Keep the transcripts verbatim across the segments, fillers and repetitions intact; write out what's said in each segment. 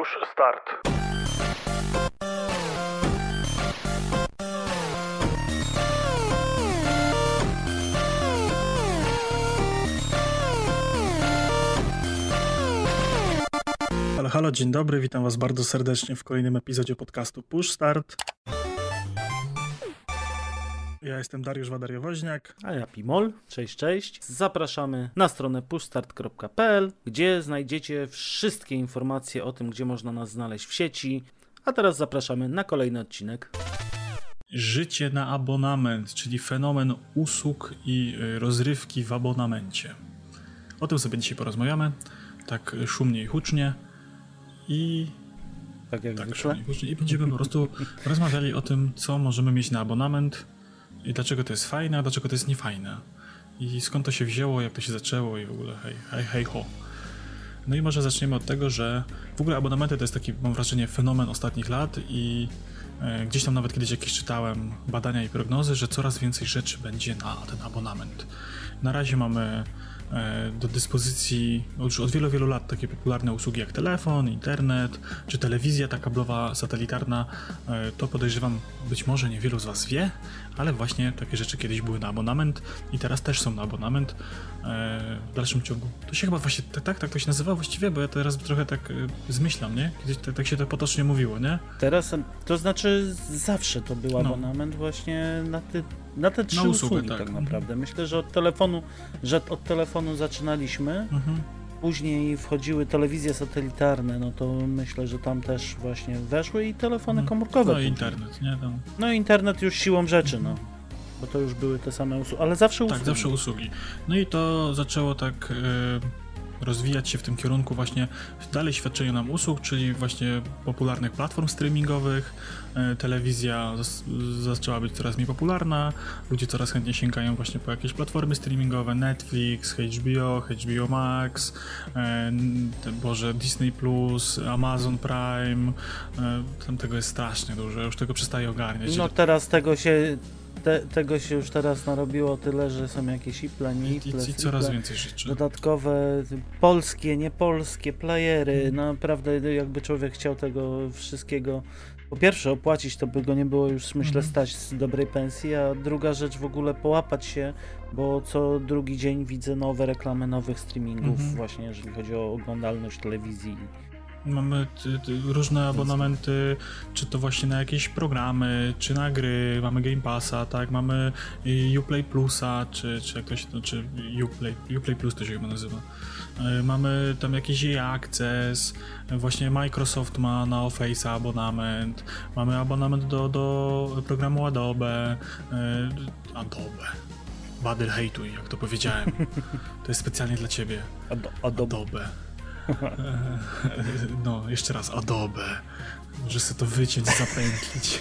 Push Start. Halo, halo, dzień dobry, witam was bardzo serdecznie w kolejnym epizodzie podcastu Push Start. Ja jestem Dariusz Wadariowoźniak. A ja Pimol. Cześć, cześć. Zapraszamy na stronę push start kropka p l, gdzie znajdziecie wszystkie informacje o tym, gdzie można nas znaleźć w sieci. A teraz zapraszamy na kolejny odcinek. Życie na abonament, czyli fenomen usług i rozrywki w abonamencie. O tym sobie dzisiaj porozmawiamy, tak szumnie i hucznie. I tak jak tak, szumnie i hucznie. I będziemy po prostu rozmawiali o tym, co możemy mieć na abonament i dlaczego to jest fajne, a dlaczego to jest niefajne. I skąd to się wzięło, jak to się zaczęło i w ogóle hej, hej, hej, ho. No i może zaczniemy od tego, że w ogóle abonamenty to jest taki, mam wrażenie, fenomen ostatnich lat i e, gdzieś tam nawet kiedyś jakieś czytałem badania i prognozy, że coraz więcej rzeczy będzie na ten abonament. Na razie mamy e, do dyspozycji już od wielu, wielu lat takie popularne usługi jak telefon, internet, czy telewizja ta kablowa, satelitarna. E, to podejrzewam, być może niewielu z was wie, ale właśnie takie rzeczy kiedyś były na abonament i teraz też są na abonament e, w dalszym ciągu. To się chyba właśnie tak, tak, tak to się nazywa właściwie, bo ja teraz trochę tak e, zmyślam, nie? Kiedyś tak, tak się to potocznie mówiło, nie? Teraz, to znaczy zawsze to był abonament no. właśnie na, ty, na te trzy na usługi, usługi tak, tak naprawdę. Myślę, że od telefonu, że od telefonu zaczynaliśmy, mhm. Później wchodziły telewizje satelitarne, no to myślę, że tam też właśnie weszły i telefony no, komórkowe. No i internet, nie? Tam. No i internet już siłą rzeczy, no. Bo to już były te same usługi, ale zawsze usługi. Tak, zawsze usługi. No i to zaczęło tak y, rozwijać się w tym kierunku właśnie dalej świadczenia nam usług, czyli właśnie popularnych platform streamingowych. Y, telewizja zas, zaczęła być coraz mniej popularna, ludzie coraz chętniej sięgają właśnie po jakieś platformy streamingowe, Netflix, H B O, H B O Max, y, Boże, Disney Plus, Amazon Prime, y, tam tego jest strasznie dużo, ja już tego przestaję ogarniać. No teraz tego się... Te, tego się już teraz narobiło tyle, że są jakieś iple, nie iple, I, i coraz więcej rzeczy. Dodatkowe, polskie, niepolskie playery. Hmm. Naprawdę jakby człowiek chciał tego wszystkiego po pierwsze opłacić, to by go nie było już myślę hmm. stać z dobrej pensji, a druga rzecz w ogóle połapać się, bo co drugi dzień widzę nowe reklamy nowych streamingów hmm. właśnie jeżeli chodzi o oglądalność telewizji. Mamy ty, ty, różne abonamenty, czy to właśnie na jakieś programy, czy na gry, mamy Game Passa, tak, mamy Uplay Plusa, czy, czy jak to się, czy Uplay, Uplay Plus to się chyba nazywa. Mamy tam jakiś E A Access, właśnie Microsoft ma na Office'a abonament, mamy abonament do, do programu Adobe, Adobe. Badyl hejtuj, jak to powiedziałem. To jest specjalnie dla ciebie. Ad- Adobe. Adobe. No, jeszcze raz Adobe. Może sobie to wyciąć, zapętlić.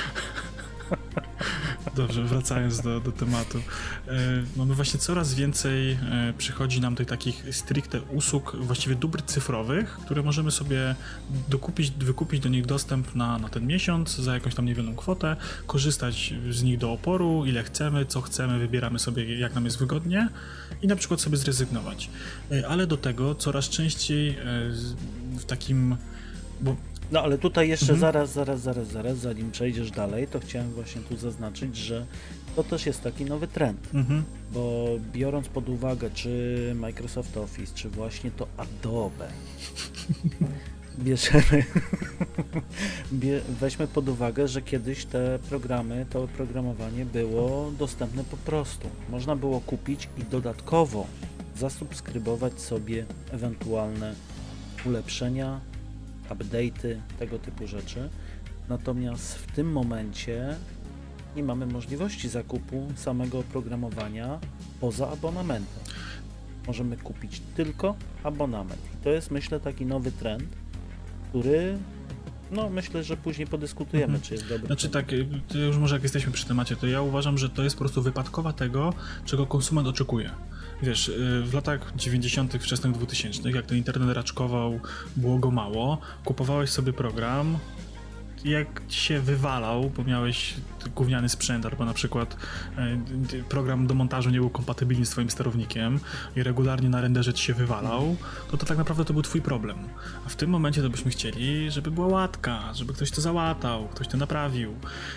Dobrze, wracając do, do tematu. E, mamy właśnie coraz więcej, e, przychodzi nam tych takich stricte usług, właściwie dóbr cyfrowych, które możemy sobie dokupić, wykupić do nich dostęp na, na ten miesiąc za jakąś tam niewielką kwotę, korzystać z nich do oporu, ile chcemy, co chcemy, wybieramy sobie jak nam jest wygodnie i na przykład sobie zrezygnować. E, ale do tego coraz częściej e, w takim... Bo No ale tutaj jeszcze mhm. zaraz, zaraz, zaraz, zaraz, zanim przejdziesz dalej, to chciałem właśnie tu zaznaczyć, że to też jest taki nowy trend, mhm. bo biorąc pod uwagę czy Microsoft Office, czy właśnie to Adobe, bierzemy, bie, weźmy pod uwagę, że kiedyś te programy, to oprogramowanie było dostępne po prostu. Można było kupić i dodatkowo zasubskrybować sobie ewentualne ulepszenia, update'y, tego typu rzeczy. Natomiast w tym momencie nie mamy możliwości zakupu samego oprogramowania poza abonamentem. Możemy kupić tylko abonament. I to jest myślę taki nowy trend, który no myślę, że później podyskutujemy, mhm. czy jest dobry. Znaczy tak, to już może jak jesteśmy przy temacie, to ja uważam, że to jest po prostu wypadkowa tego, czego konsument oczekuje. Wiesz, w latach dziewięćdziesiątych, wczesnych dwutysięcznych, jak ten internet raczkował, było go mało, kupowałeś sobie program, jak ci się wywalał, bo miałeś gówniany sprzęt, albo na przykład e, program do montażu nie był kompatybilny z twoim sterownikiem i regularnie na renderze ci się wywalał, to to tak naprawdę to był twój problem. A w tym momencie to byśmy chcieli, żeby była łatka, żeby ktoś to załatał, ktoś to naprawił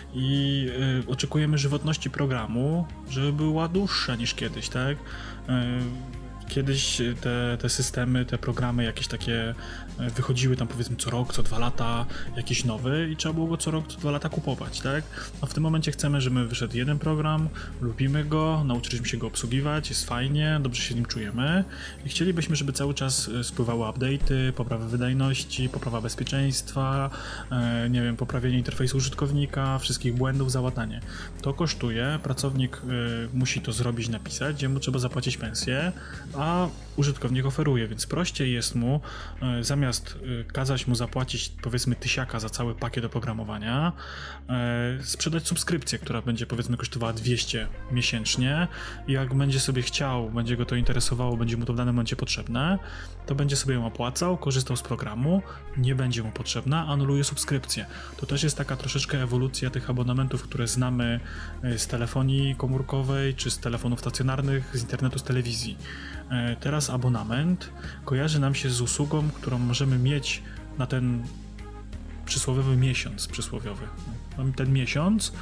i e, oczekujemy żywotności programu, żeby była dłuższa niż kiedyś, tak? E, Kiedyś te, te systemy, te programy jakieś takie wychodziły tam powiedzmy co rok, co dwa lata, jakiś nowy i trzeba było go co rok, co dwa lata kupować, tak? A w tym momencie chcemy, żeby wyszedł jeden program, lubimy go, nauczyliśmy się go obsługiwać, jest fajnie, dobrze się nim czujemy i chcielibyśmy, żeby cały czas spływały update'y, poprawa wydajności, poprawa bezpieczeństwa, e, nie wiem, poprawienie interfejsu użytkownika, wszystkich błędów, załatanie. To kosztuje, pracownik e, musi to zrobić, napisać, gdzie mu trzeba zapłacić pensję, a użytkownik oferuje, więc prościej jest mu e, zamiast e, kazać mu zapłacić powiedzmy tysiaka za cały pakiet oprogramowania, e, sprzedać subskrypcję, która będzie powiedzmy kosztowała dwieście miesięcznie i jak będzie sobie chciał, będzie go to interesowało, będzie mu to w danym momencie potrzebne, to będzie sobie ją opłacał, korzystał z programu, nie będzie mu potrzebna, anuluje subskrypcję. To też jest taka troszeczkę ewolucja tych abonamentów, które znamy z telefonii komórkowej, czy z telefonów stacjonarnych, z internetu, z telewizji. Teraz abonament kojarzy nam się z usługą, którą możemy mieć na ten przysłowiowy miesiąc przysłowiowy. Mamy ten miesiąc,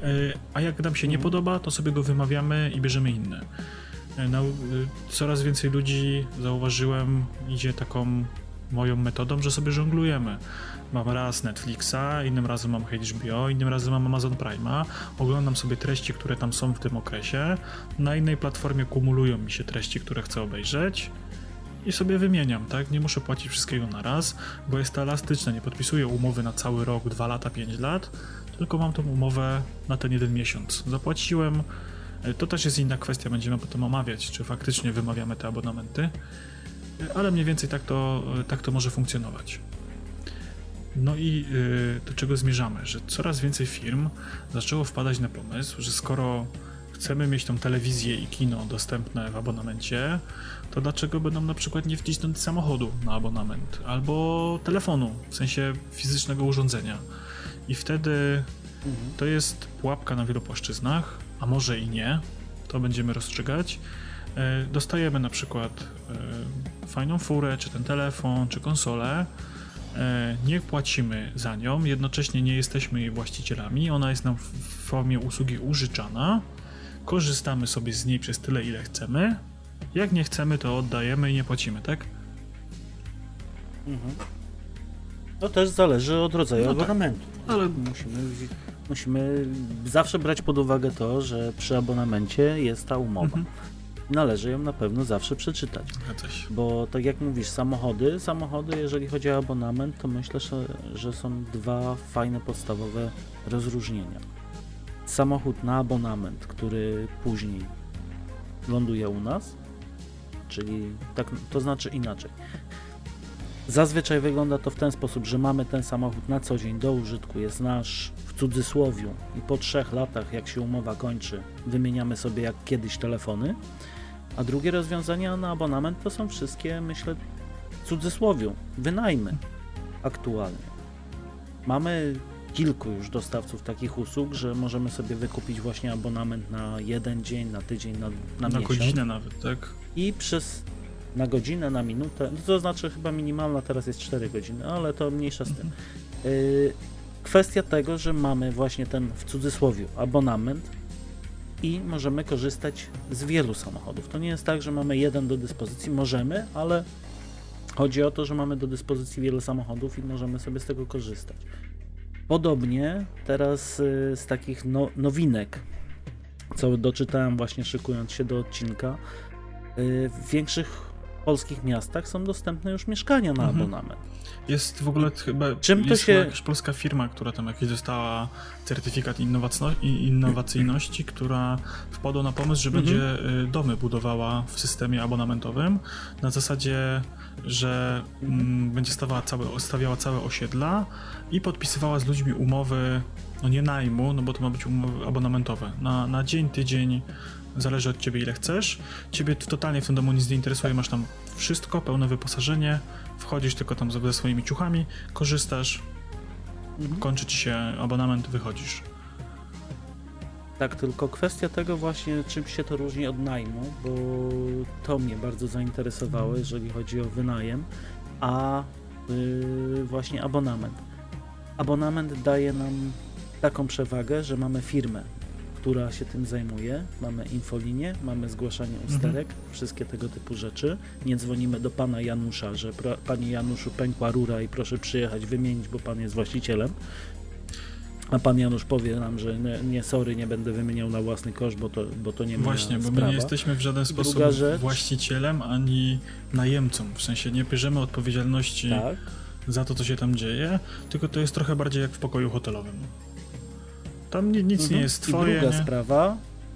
a jak nam się nie podoba, to sobie go wymawiamy i bierzemy inny. No, coraz więcej ludzi, zauważyłem, idzie taką moją metodą, że sobie żonglujemy. Mam raz Netflixa, innym razem mam H B O, innym razem mam Amazon Prime'a, oglądam sobie treści, które tam są w tym okresie, na innej platformie kumulują mi się treści, które chcę obejrzeć i sobie wymieniam, tak? Nie muszę płacić wszystkiego na raz, bo jest to elastyczne, nie podpisuję umowy na cały rok, dwa lata, pięć lat, tylko mam tą umowę na ten jeden miesiąc. Zapłaciłem, to też jest inna kwestia, będziemy potem omawiać, czy faktycznie wymawiamy te abonamenty, ale mniej więcej tak to, tak to może funkcjonować. No i yy, do czego zmierzamy? Że coraz więcej firm zaczęło wpadać na pomysł, że skoro chcemy mieć tą telewizję i kino dostępne w abonamencie, to dlaczego będą na przykład nie wcisnąć samochodu na abonament albo telefonu, w sensie fizycznego urządzenia. I wtedy mhm. to jest pułapka na wielu płaszczyznach, a może i nie, to będziemy rozstrzygać. Yy, dostajemy na przykład yy, fajną furę, czy ten telefon, czy konsolę, nie płacimy za nią, jednocześnie nie jesteśmy jej właścicielami, ona jest nam w formie usługi użyczana, korzystamy sobie z niej przez tyle, ile chcemy, jak nie chcemy, to oddajemy i nie płacimy, tak? Mhm. To też zależy od rodzaju no abonamentu. Tak, ale musimy, musimy zawsze brać pod uwagę to, że przy abonamencie jest ta umowa. Mhm. Należy ją na pewno zawsze przeczytać, bo tak jak mówisz, samochody, samochody, jeżeli chodzi o abonament, to myślę, że, że są dwa fajne, podstawowe rozróżnienia. Samochód na abonament, który później ląduje u nas, czyli tak, to znaczy inaczej. Zazwyczaj wygląda to w ten sposób, że mamy ten samochód na co dzień do użytku, jest nasz w cudzysłowiu i po trzech latach, jak się umowa kończy, wymieniamy sobie jak kiedyś telefony. A drugie rozwiązania na abonament to są wszystkie, myślę, w cudzysłowiu, wynajmy aktualnie. Mamy kilku już dostawców takich usług, że możemy sobie wykupić właśnie abonament na jeden dzień, na tydzień, na, na, na miesiąc. Na godzinę nawet, tak? I przez na godzinę, na minutę, to znaczy chyba minimalna teraz jest cztery godziny, ale to mniejsza z tym. Yy, kwestia tego, że mamy właśnie ten w cudzysłowiu abonament i możemy korzystać z wielu samochodów. To nie jest tak, że mamy jeden do dyspozycji, możemy, ale chodzi o to, że mamy do dyspozycji wiele samochodów i możemy sobie z tego korzystać. Podobnie teraz y, z takich no, nowinek, co doczytałem właśnie szykując się do odcinka, y, w większych polskich miastach są dostępne już mieszkania na mhm. abonament. Jest w ogóle chyba Czym to jest się... jakaś polska firma, która tam jakiś dostała certyfikat innowacyjności, która wpadła na pomysł, że mhm. będzie domy budowała w systemie abonamentowym na zasadzie, że mm, będzie stawiała całe, stawiała całe osiedla i podpisywała z ludźmi umowy, no nie najmu, no bo to ma być umowy abonamentowe, na, na dzień, tydzień, zależy od ciebie ile chcesz, ciebie totalnie w tym domu nic nie interesuje, masz tam wszystko, pełne wyposażenie, wchodzisz tylko tam ze swoimi ciuchami, korzystasz mhm. kończy ci się abonament, wychodzisz. Tak, tylko kwestia tego właśnie, czym się to różni od najmu, bo to mnie bardzo zainteresowało, jeżeli chodzi o wynajem, a yy, właśnie abonament. Abonament daje nam taką przewagę, że mamy firmę, która się tym zajmuje, mamy infolinię, mamy zgłaszanie usterek, mhm. wszystkie tego typu rzeczy. Nie dzwonimy do pana Janusza, że pra, panie Januszu, pękła rura i proszę przyjechać wymienić, bo pan jest właścicielem. A pan Janusz powie nam, że nie, nie sorry, nie będę wymieniał na własny koszt, bo to, bo to nie ma Właśnie, bo sprawa. my nie jesteśmy w żaden sposób rzecz, właścicielem ani najemcą. W sensie nie bierzemy odpowiedzialności tak. za to, co się tam dzieje, tylko to jest trochę bardziej jak w pokoju hotelowym. Tam nic mhm. nie jest twoje. I druga nie? sprawa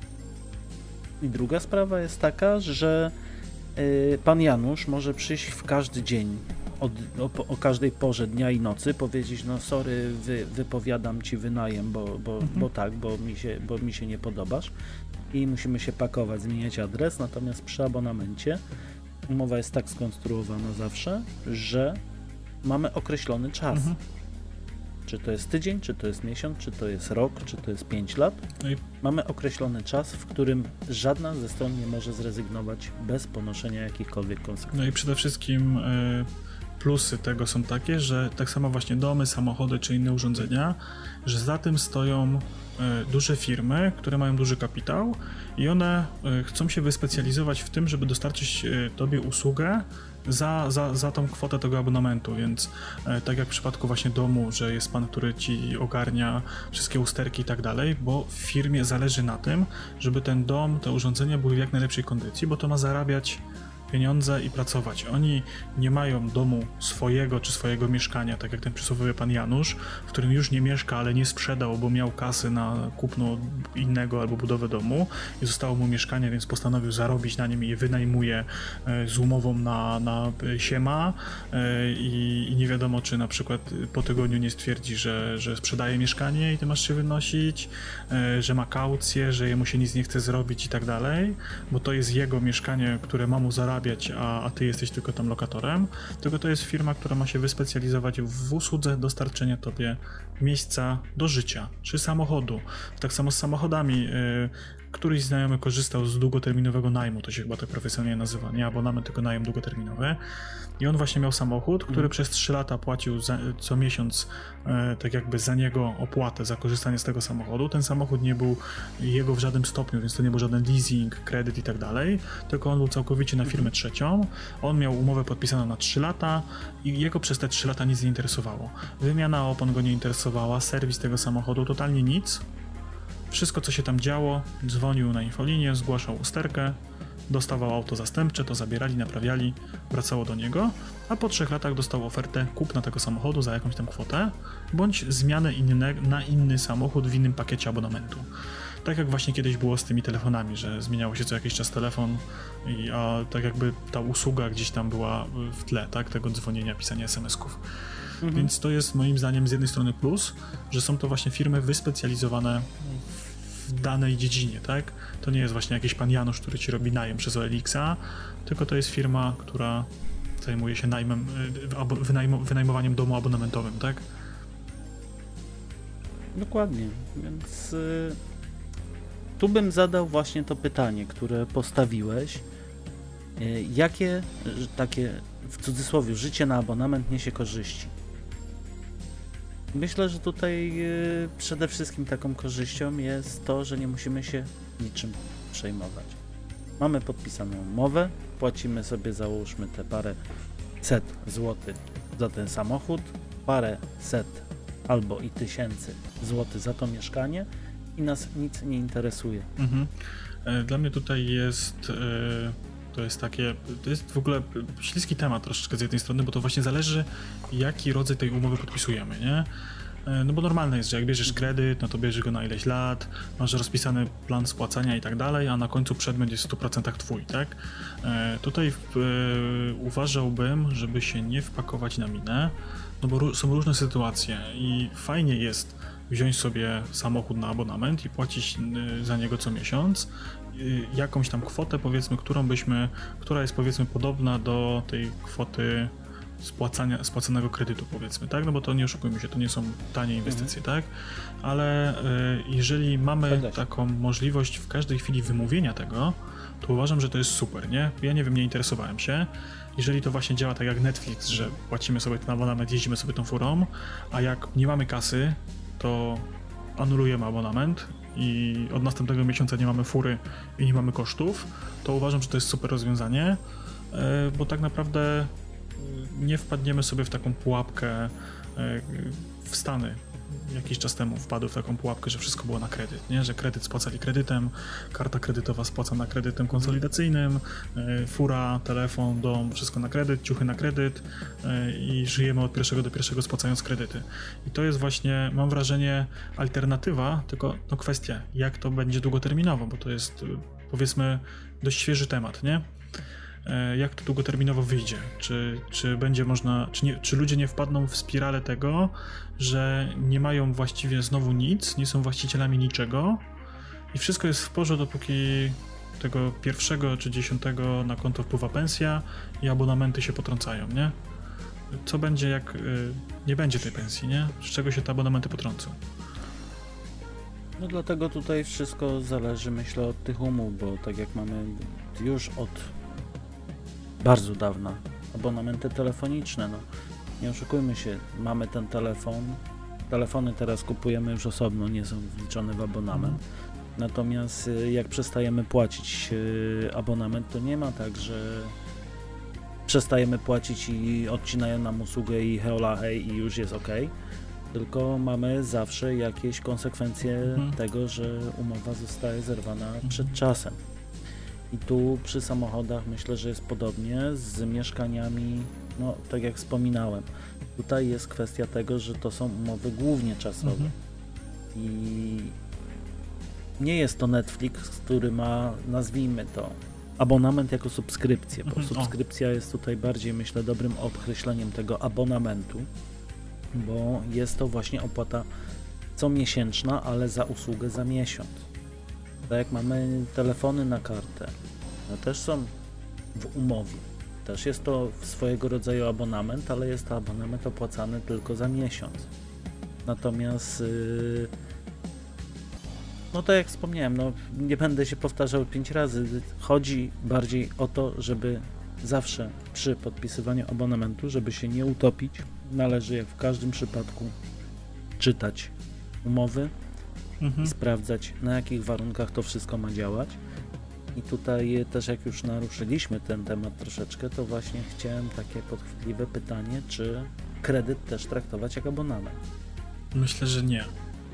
i druga sprawa jest taka, że y, pan Janusz może przyjść w każdy dzień od, o, o każdej porze dnia i nocy, powiedzieć, no sorry, wy, wypowiadam ci wynajem, bo, bo, mhm. bo tak, bo mi, się, bo mi się nie podobasz i musimy się pakować, zmieniać adres, natomiast przy abonamencie umowa jest tak skonstruowana zawsze, że mamy określony czas. Mhm. Czy to jest tydzień, czy to jest miesiąc, czy to jest rok, czy to jest pięć lat. No i... Mamy określony czas, w którym żadna ze stron nie może zrezygnować bez ponoszenia jakichkolwiek konsekwencji. No i przede wszystkim y, plusy tego są takie, że tak samo właśnie domy, samochody czy inne urządzenia, że za tym stoją y, duże firmy, które mają duży kapitał i one y, chcą się wyspecjalizować w tym, żeby dostarczyć y, tobie usługę Za, za, za tą kwotę tego abonamentu, więc e, tak jak w przypadku właśnie domu, że jest pan, który ci ogarnia wszystkie usterki i tak dalej, bo w firmie zależy na tym, żeby ten dom, te urządzenia były w jak najlepszej kondycji, bo to ma zarabiać pieniądze i pracować. Oni nie mają domu swojego czy swojego mieszkania, tak jak ten przysłowiowy pan Janusz, w którym już nie mieszka, ale nie sprzedał, bo miał kasy na kupno innego albo budowę domu i zostało mu mieszkanie, więc postanowił zarobić na nim i je wynajmuje z umową na, na siema i, i nie wiadomo, czy na przykład po tygodniu nie stwierdzi, że, że sprzedaje mieszkanie i ty masz się wynosić, że ma kaucję, że jemu się nic nie chce zrobić i tak dalej, bo to jest jego mieszkanie, które ma mu zarabiać, A, a ty jesteś tylko tam lokatorem, tylko to jest firma, która ma się wyspecjalizować w usłudze dostarczenia tobie miejsca do życia, czy samochodu. Tak samo z samochodami. Yy, któryś znajomy korzystał z długoterminowego najmu, to się chyba tak profesjonalnie nazywa, nie abonament, tylko najem długoterminowy. I on właśnie miał samochód, który mm. przez trzy lata płacił za, co miesiąc e, tak jakby za niego opłatę za korzystanie z tego samochodu. Ten samochód nie był jego w żadnym stopniu, więc to nie był żaden leasing, kredyt i tak dalej, tylko on był całkowicie na firmę trzecią. On miał umowę podpisaną na trzy lata i jego przez te trzy lata nic nie interesowało. Wymiana opon go nie interesowała, serwis tego samochodu, totalnie nic. Wszystko, co się tam działo, dzwonił na infolinię, zgłaszał usterkę, dostawał auto zastępcze, to zabierali, naprawiali, wracało do niego, a po trzech latach dostał ofertę kupna tego samochodu za jakąś tam kwotę, bądź zmianę inne, na inny samochód w innym pakiecie abonamentu. Tak jak właśnie kiedyś było z tymi telefonami, że zmieniało się co jakiś czas telefon, i, a tak jakby ta usługa gdzieś tam była w tle, tak, tego dzwonienia, pisania es em esków. Mhm. Więc to jest moim zdaniem z jednej strony plus, że są to właśnie firmy wyspecjalizowane w danej dziedzinie, tak? To nie jest właśnie jakiś pan Janusz, który ci robi najem przez O L X-a, tylko to jest firma, która zajmuje się najmem, wynajm- wynajmowaniem domu abonamentowym, tak? Dokładnie, więc y, tu bym zadał właśnie to pytanie, które postawiłeś. Y, jakie takie, w cudzysłowie, życie na abonament niesie korzyści? Myślę, że tutaj y, przede wszystkim taką korzyścią jest to, że nie musimy się niczym przejmować. Mamy podpisaną umowę, płacimy sobie, załóżmy, te parę set złotych za ten samochód, parę set albo i tysięcy złotych za to mieszkanie i nas nic nie interesuje. Mhm. Dla mnie tutaj jest... Y- To jest takie, to jest w ogóle śliski temat troszeczkę z jednej strony, bo to właśnie zależy, jaki rodzaj tej umowy podpisujemy, nie? No bo normalne jest, że jak bierzesz kredyt, no to bierzesz go na ileś lat, masz rozpisany plan spłacania i tak dalej, a na końcu przedmiot jest w stu procentach twój, tak? E, tutaj e, uważałbym, żeby się nie wpakować na minę, no bo ró- są różne sytuacje i fajnie jest wziąć sobie samochód na abonament i płacić y, za niego co miesiąc y, jakąś tam kwotę, powiedzmy, którą byśmy, która jest powiedzmy podobna do tej kwoty spłacania, spłaconego kredytu, powiedzmy, tak? No bo to nie oszukujmy się, to nie są tanie inwestycje, mhm. tak? Ale y, jeżeli mamy taką możliwość w każdej chwili wymówienia tego, to uważam, że to jest super, nie? Ja nie wiem, nie interesowałem się. Jeżeli to właśnie działa tak jak Netflix, że płacimy sobie ten abonament, jeździmy sobie tą furą, a jak nie mamy kasy, to anulujemy abonament i od następnego miesiąca nie mamy fury i nie mamy kosztów, to uważam, że to jest super rozwiązanie, bo tak naprawdę nie wpadniemy sobie w taką pułapkę. W Stany jakiś czas temu wpadły w taką pułapkę, że wszystko było na kredyt, nie? Że kredyt spłacali kredytem, karta kredytowa spłacana kredytem konsolidacyjnym, fura, telefon, dom, wszystko na kredyt, ciuchy na kredyt i żyjemy od pierwszego do pierwszego spłacając kredyty. I to jest właśnie, mam wrażenie, alternatywa, tylko no kwestia, jak to będzie długoterminowo, bo to jest, powiedzmy, dość świeży temat, nie? Jak to długoterminowo wyjdzie, czy, czy będzie można, czy, nie, czy ludzie nie wpadną w spiralę tego, że nie mają właściwie znowu nic, nie są właścicielami niczego i wszystko jest w porządku, dopóki tego pierwszego czy dziesiątego na konto wpływa pensja i abonamenty się potrącają, nie? Co będzie, jak y, nie będzie tej pensji, nie? Z czego się te abonamenty potrącą? No dlatego tutaj wszystko zależy, myślę, od tych umów, bo tak jak mamy już od bardzo dawna abonamenty telefoniczne, no nie oszukujmy się, mamy ten telefon, telefony teraz kupujemy już osobno, nie są wliczone w abonament, natomiast jak przestajemy płacić abonament, to nie ma tak, że przestajemy płacić i odcinają nam usługę i heola hej i już jest ok, tylko mamy zawsze jakieś konsekwencje mhm. tego, że umowa zostaje zerwana mhm. przed czasem. I tu przy samochodach myślę, że jest podobnie z mieszkaniami, no tak jak wspominałem. Tutaj jest kwestia tego, że to są umowy głównie czasowe. Mhm. I nie jest to Netflix, który ma, nazwijmy to, abonament jako subskrypcję, bo mhm. subskrypcja jest tutaj bardziej, myślę, dobrym określeniem tego abonamentu, bo jest to właśnie opłata comiesięczna, ale za usługę za miesiąc. Tak jak mamy telefony na kartę, no też są w umowie. Też jest to swojego rodzaju abonament, ale jest to abonament opłacany tylko za miesiąc. Natomiast yy, no tak jak wspomniałem, no nie będę się powtarzał pięć razy. Chodzi bardziej o to, żeby zawsze przy podpisywaniu abonamentu, żeby się nie utopić, należy jak w każdym przypadku czytać umowy, Mhm. i sprawdzać, na jakich warunkach to wszystko ma działać. I tutaj też jak już naruszyliśmy ten temat troszeczkę, to właśnie chciałem takie podchwytliwe pytanie, czy kredyt też traktować jak abonament? Myślę, że nie.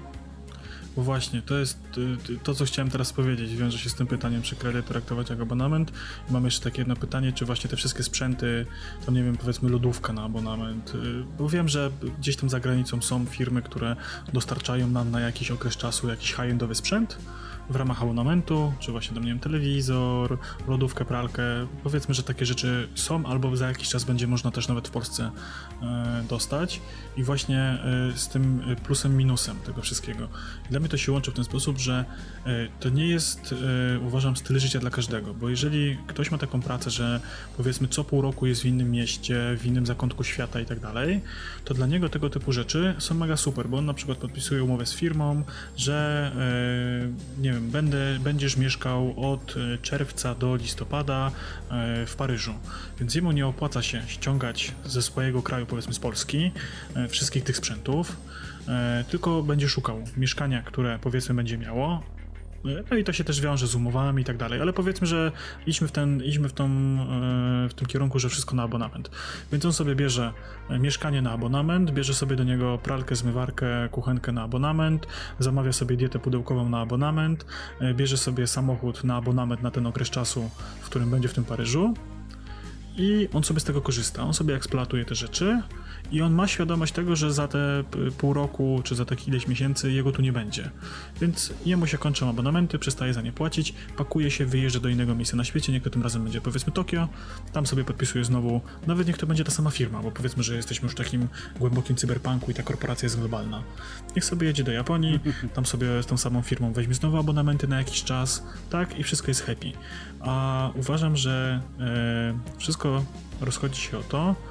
Bo właśnie, to jest to, co chciałem teraz powiedzieć, wiąże się z tym pytaniem, czy kredyt traktować jak abonament. I mam jeszcze takie jedno pytanie, czy właśnie te wszystkie sprzęty, tam nie wiem, powiedzmy lodówka na abonament, bo wiem, że gdzieś tam za granicą są firmy, które dostarczają nam na jakiś okres czasu jakiś high-endowy sprzęt w ramach abonamentu, czy właśnie tam, nie wiem, telewizor, lodówkę, pralkę. Powiedzmy, że takie rzeczy są, albo za jakiś czas będzie można też nawet w Polsce e, dostać. I właśnie e, z tym plusem, minusem tego wszystkiego. I dla mnie to się łączy w ten sposób, że e, to nie jest, e, uważam, styl życia dla każdego, bo jeżeli ktoś ma taką pracę, że powiedzmy co pół roku jest w innym mieście, w innym zakątku świata i tak dalej, to dla niego tego typu rzeczy są mega super, bo on na przykład podpisuje umowę z firmą, że e, nie wiem, Będę, będziesz mieszkał od czerwca do listopada w Paryżu, więc jemu nie opłaca się ściągać ze swojego kraju, powiedzmy z Polski, wszystkich tych sprzętów, tylko będzie szukał mieszkania, które powiedzmy będzie miało. No i to się też wiąże z umowami i tak dalej, ale powiedzmy, że idźmy w, ten, idźmy w, tą, w tym kierunku, że wszystko na abonament. Więc on sobie bierze mieszkanie na abonament, bierze sobie do niego pralkę, zmywarkę, kuchenkę na abonament, zamawia sobie dietę pudełkową na abonament, bierze sobie samochód na abonament na ten okres czasu, w którym będzie w tym Paryżu i on sobie z tego korzysta, on sobie eksploatuje te rzeczy i on ma świadomość tego, że za te pół roku, czy za te ileś miesięcy jego tu nie będzie. Więc jemu się kończą abonamenty, przestaje za nie płacić, pakuje się, wyjeżdża do innego miejsca na świecie, niech to tym razem będzie powiedzmy Tokio, tam sobie podpisuje znowu, nawet niech to będzie ta sama firma, bo powiedzmy, że jesteśmy już w takim głębokim cyberpunku i ta korporacja jest globalna. Niech sobie jedzie do Japonii, tam sobie z tą samą firmą weźmie znowu abonamenty na jakiś czas, tak, i wszystko jest happy. A uważam, że e, wszystko rozchodzi się o to,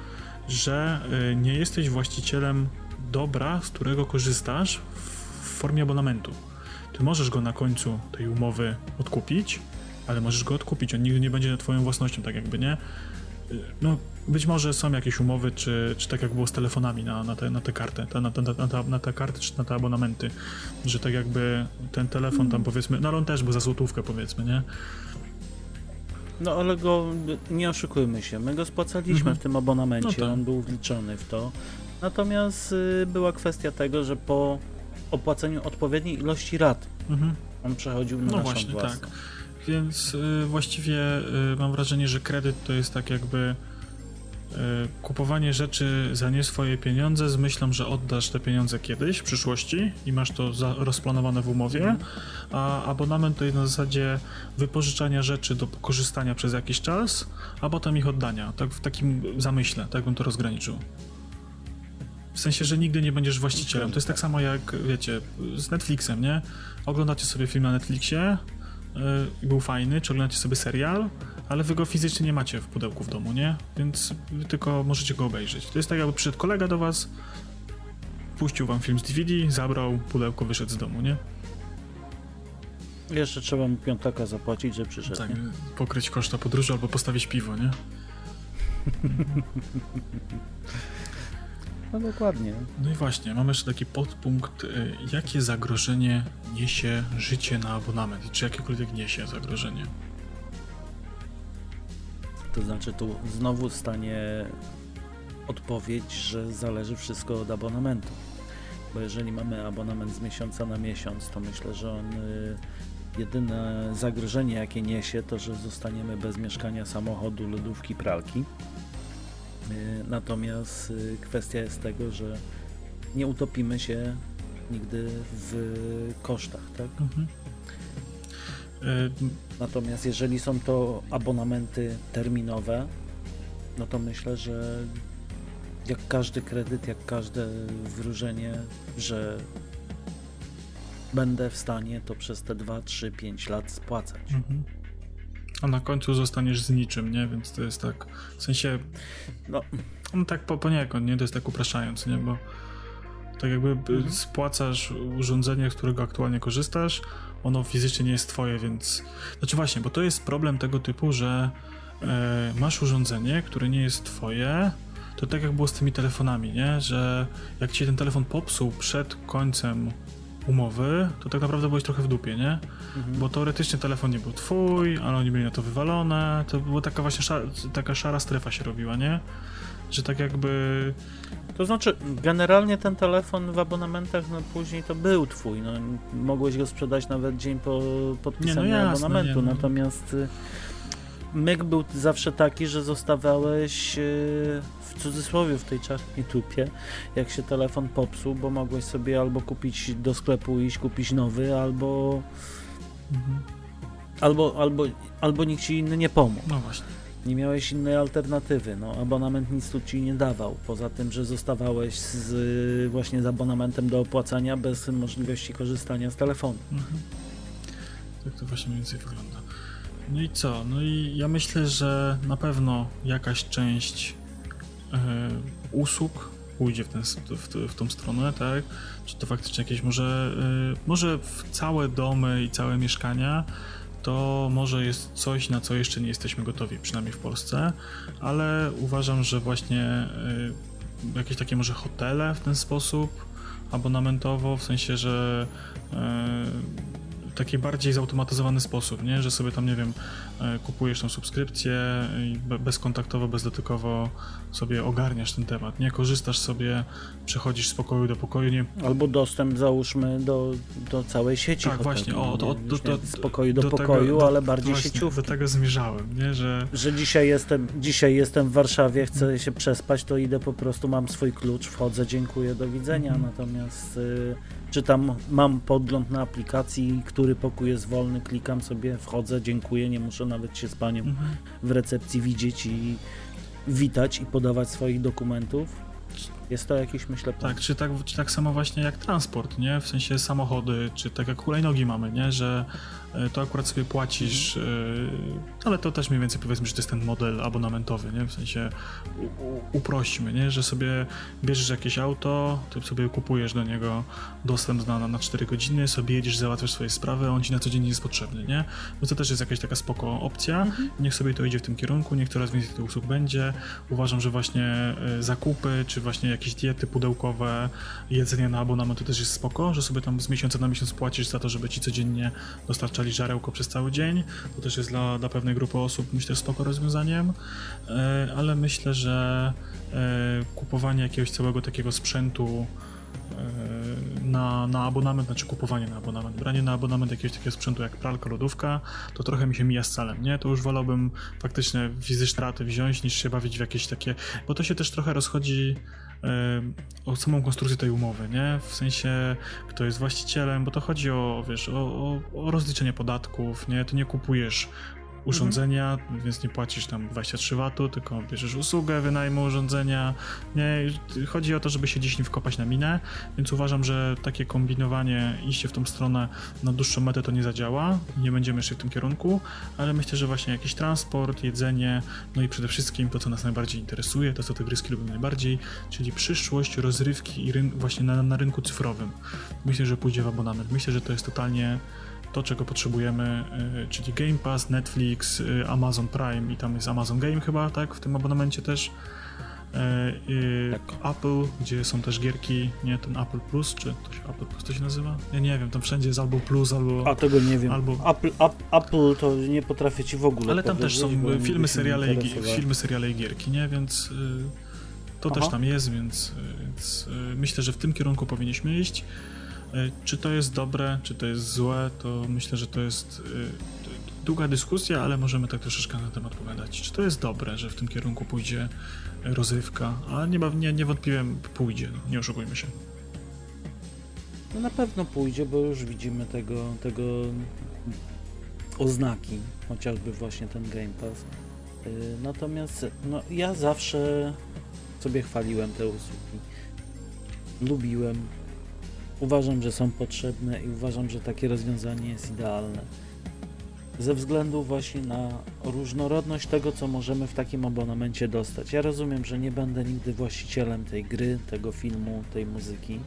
że y, nie jesteś właścicielem dobra, z którego korzystasz w formie abonamentu. Ty możesz go na końcu tej umowy odkupić, ale możesz go odkupić, on nigdy nie będzie twoją własnością, tak jakby, nie? No, być może są jakieś umowy, czy, czy tak jak było z telefonami na, na, te, na tę kartę, na, na, na, na, na te karty, czy na te abonamenty, że tak jakby ten telefon tam powiedzmy, no ale on też był za złotówkę powiedzmy, nie? No ale go, nie oszukujmy się, my go spłacaliśmy mhm. w tym abonamencie, no tak. On był wliczony w to, natomiast y, była kwestia tego, że po opłaceniu odpowiedniej ilości rat mhm. on przechodził na no naszą właśnie, własną. Tak. Więc y, właściwie y, mam wrażenie, że kredyt to jest tak jakby y, kupowanie rzeczy za nie swoje pieniądze z myślą, że oddasz te pieniądze kiedyś, w przyszłości i masz to za, rozplanowane w umowie, mm. a abonament to jest na zasadzie wypożyczania rzeczy do korzystania przez jakiś czas, a potem ich oddania, tak w takim zamyśle, tak bym to rozgraniczył. W sensie, że nigdy nie będziesz właścicielem. To jest tak samo jak, wiecie, z Netflixem, nie? Oglądacie sobie film na Netflixie, i był fajny, czy oglądacie sobie serial, ale wy go fizycznie nie macie w pudełku w domu, nie? Więc wy tylko możecie go obejrzeć. To jest tak, jakby przyszedł kolega do was, puścił wam film z D V D, zabrał pudełko, wyszedł z domu, nie? Jeszcze trzeba mu piątaka zapłacić, że przyszedł, tak, nie? Pokryć koszta podróży albo postawić piwo, nie? No dokładnie. No i właśnie, mamy jeszcze taki podpunkt, jakie zagrożenie niesie życie na abonament i czy jakiekolwiek niesie zagrożenie? To znaczy tu znowu stanie odpowiedź, że zależy wszystko od abonamentu. Bo jeżeli mamy abonament z miesiąca na miesiąc, to myślę, że on jedyne zagrożenie jakie niesie, to że zostaniemy bez mieszkania, samochodu, lodówki, pralki. Natomiast kwestia jest tego, że nie utopimy się nigdy w kosztach, tak? Mhm. Natomiast jeżeli są to abonamenty terminowe, no to myślę, że jak każdy kredyt, jak każde wróżenie, że będę w stanie to przez te dwa, trzy, pięć lat spłacać. Mhm. A na końcu zostaniesz z niczym, nie? Więc to jest tak, w sensie, no, no tak po, poniekąd, nie? To jest tak upraszczając, nie? Bo tak jakby mhm. spłacasz urządzenie, z którego aktualnie korzystasz, ono fizycznie nie jest twoje, więc... Znaczy właśnie, bo to jest problem tego typu, że e, masz urządzenie, które nie jest twoje, to tak jak było z tymi telefonami, nie? Że jak ci ten telefon popsuł przed końcem umowy, to tak naprawdę byłeś trochę w dupie, nie? Mhm. Bo teoretycznie telefon nie był twój, ale oni byli na to wywalone, to była taka właśnie szara, taka szara strefa się robiła, nie? Że tak jakby... To znaczy, generalnie ten telefon w abonamentach, no później to był twój, no mogłeś go sprzedać nawet dzień po podpisaniu nie, no jasne, abonamentu, nie, no. Natomiast myk był zawsze taki, że zostawałeś w cudzysłowie w tej czarnej tupie, jak się telefon popsuł, bo mogłeś sobie albo kupić do sklepu, iść kupić nowy, albo mhm. albo, albo, albo nikt ci inny nie pomógł. No właśnie. Nie miałeś innej alternatywy, no abonament nic tu ci nie dawał, poza tym, że zostawałeś z, właśnie z abonamentem do opłacania bez możliwości korzystania z telefonu. Mhm. Tak to właśnie mniej więcej wygląda. No i co? No i ja myślę, że na pewno jakaś część yy, usług pójdzie w, ten, w, w tą stronę, tak? Czy to faktycznie jakieś może, yy, może w całe domy i całe mieszkania, to może jest coś, na co jeszcze nie jesteśmy gotowi, przynajmniej w Polsce, ale uważam, że właśnie y, jakieś takie może hotele w ten sposób abonamentowo, w sensie, że y, taki bardziej zautomatyzowany sposób, nie? Że sobie tam, nie wiem, kupujesz tą subskrypcję i bezkontaktowo, bezdotykowo sobie ogarniasz ten temat, nie? Korzystasz sobie, przechodzisz z pokoju do pokoju, nie? Albo dostęp, załóżmy, do, do całej sieci. Tak, hotel, właśnie, o, to, do, do, z pokoju do, do pokoju, tego, ale bardziej właśnie, sieciówki. Do tego zmierzałem, nie? Że... Że dzisiaj jestem, dzisiaj jestem w Warszawie, chcę się przespać, to idę po prostu, mam swój klucz, wchodzę, dziękuję, do widzenia, mhm. Natomiast y, czy tam mam podgląd na aplikacji, który pokój jest wolny, klikam sobie, wchodzę, dziękuję, nie muszę nawet się z panią mhm. w recepcji widzieć i witać i podawać swoich dokumentów. Jest to jakiś, myślę, pomysł. Tak, czy tak, czy tak samo właśnie jak transport, nie? W sensie samochody, czy tak jak hulajnogi mamy, nie? Że to akurat sobie płacisz, mhm. ale to też mniej więcej powiedzmy, że to jest ten model abonamentowy, nie? W sensie u, u, uprośćmy, nie? Że sobie bierzesz jakieś auto, ty sobie kupujesz do niego dostęp na, na cztery godziny, sobie jedziesz, załatwiasz swoje sprawy, a on ci na co dzień nie jest potrzebny, nie? No to też jest jakaś taka spoko opcja, mhm. niech sobie to idzie w tym kierunku, niech coraz więcej tych usług będzie. Uważam, że właśnie zakupy, czy właśnie jakieś diety pudełkowe, jedzenie na abonament to też jest spoko, że sobie tam z miesiąca na miesiąc płacisz za to, żeby ci codziennie dostarczać żarełko przez cały dzień. To też jest dla, dla pewnej grupy osób, myślę, spoko rozwiązaniem, ale myślę, że kupowanie jakiegoś całego takiego sprzętu na, na abonament, znaczy kupowanie na abonament, branie na abonament jakiegoś takiego sprzętu jak pralka, lodówka, to trochę mi się mija z celem, nie? To już wolałbym faktycznie fizyczne raty wziąć, niż się bawić w jakieś takie, bo to się też trochę rozchodzi o samą konstrukcję tej umowy, nie? W sensie, kto jest właścicielem, bo to chodzi o, wiesz, o, o, o rozliczenie podatków, nie? Ty nie kupujesz urządzenia, mhm. więc nie płacisz tam dwadzieścia trzy watów, tylko bierzesz usługę wynajmu urządzenia. Nie, chodzi o to, żeby się gdzieś nie wkopać na minę, więc uważam, że takie kombinowanie, iście w tą stronę na dłuższą metę to nie zadziała, nie będziemy szli w tym kierunku, ale myślę, że właśnie jakiś transport, jedzenie, no i przede wszystkim to, co nas najbardziej interesuje, to, co te gryski lubią najbardziej, czyli przyszłość rozrywki i ryn- właśnie na, na rynku cyfrowym. Myślę, że pójdzie w abonament. Myślę, że to jest totalnie to, czego potrzebujemy, yy, czyli Game Pass, Netflix, yy, Amazon Prime i tam jest Amazon Game chyba, tak, w tym abonamencie też. Yy, yy, tak. Apple, gdzie są też gierki, nie, ten Apple Plus, czy to się Apple Plus to się nazywa? Ja nie wiem, tam wszędzie jest albo Plus, albo... A tego nie wiem. Albo... Apple, up, Apple to nie potrafię ci w ogóle ale tam też są filmy, seriale i, filmy, seriale i gierki, nie, więc yy, to Aha. też tam jest, więc, więc yy, myślę, że w tym kierunku powinniśmy iść. Czy to jest dobre, czy to jest złe, to myślę, że to jest y, długa dyskusja, ale możemy tak troszeczkę na temat pogadać. Czy to jest dobre, że w tym kierunku pójdzie rozrywka, a nie, nie, niewątpliwie pójdzie, no, nie oszukujmy się. No na pewno pójdzie, bo już widzimy tego, tego oznaki, chociażby właśnie ten Game Pass. Yy, natomiast no, ja zawsze sobie chwaliłem te usługi. Lubiłem. Uważam, że są potrzebne i uważam, że takie rozwiązanie jest idealne. Ze względu właśnie na różnorodność tego, co możemy w takim abonamencie dostać. Ja rozumiem, że nie będę nigdy właścicielem tej gry, tego filmu, tej muzyki,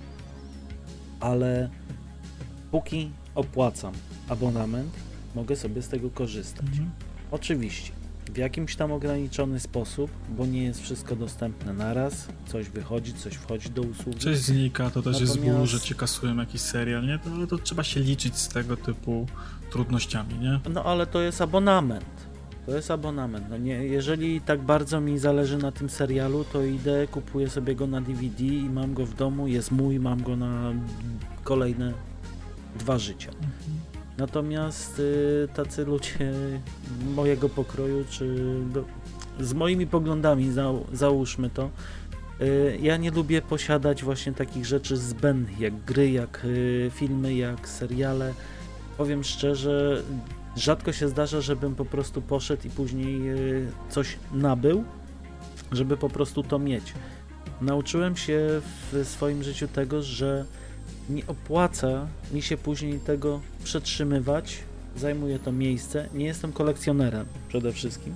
ale póki opłacam abonament, mogę sobie z tego korzystać. Mhm. Oczywiście. W jakimś tam ograniczony sposób, bo nie jest wszystko dostępne naraz, coś wychodzi, coś wchodzi do usługi. Coś znika, to też Natomiast... jest ból, że ci kasują jakiś serial, nie? To, to trzeba się liczyć z tego typu trudnościami, nie? No ale to jest abonament. To jest abonament. No nie, jeżeli tak bardzo mi zależy na tym serialu, to idę, kupuję sobie go na D V D i mam go w domu, jest mój, mam go na kolejne dwa życia. Mhm. Natomiast y, tacy ludzie mojego pokroju, czy do, z moimi poglądami, za, załóżmy to, y, ja nie lubię posiadać właśnie takich rzeczy zbędnych, jak gry, jak y, filmy, jak seriale. Powiem szczerze, rzadko się zdarza, żebym po prostu poszedł i później y, coś nabył, żeby po prostu to mieć. Nauczyłem się w swoim życiu tego, że nie opłaca mi się później tego przetrzymywać, zajmuje to miejsce, nie jestem kolekcjonerem przede wszystkim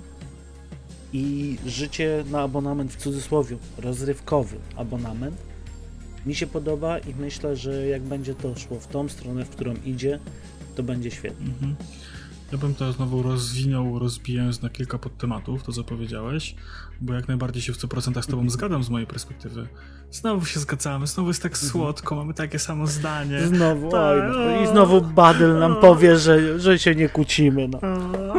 i życie na abonament, w cudzysłowie, rozrywkowy abonament mi się podoba i myślę, że jak będzie to szło w tą stronę, w którą idzie, to będzie świetnie. Mhm. Ja bym to znowu rozwinął, rozbijając na kilka podtematów, to co powiedziałeś, bo jak najbardziej się w sto procent z tobą mhm. zgadzam z mojej perspektywy. Znowu się zgadzamy, znowu jest tak mhm. słodko, mamy takie samo zdanie. Znowu, Ta, oj, no, i znowu Badyl nam powie, że, że się nie kłócimy. No,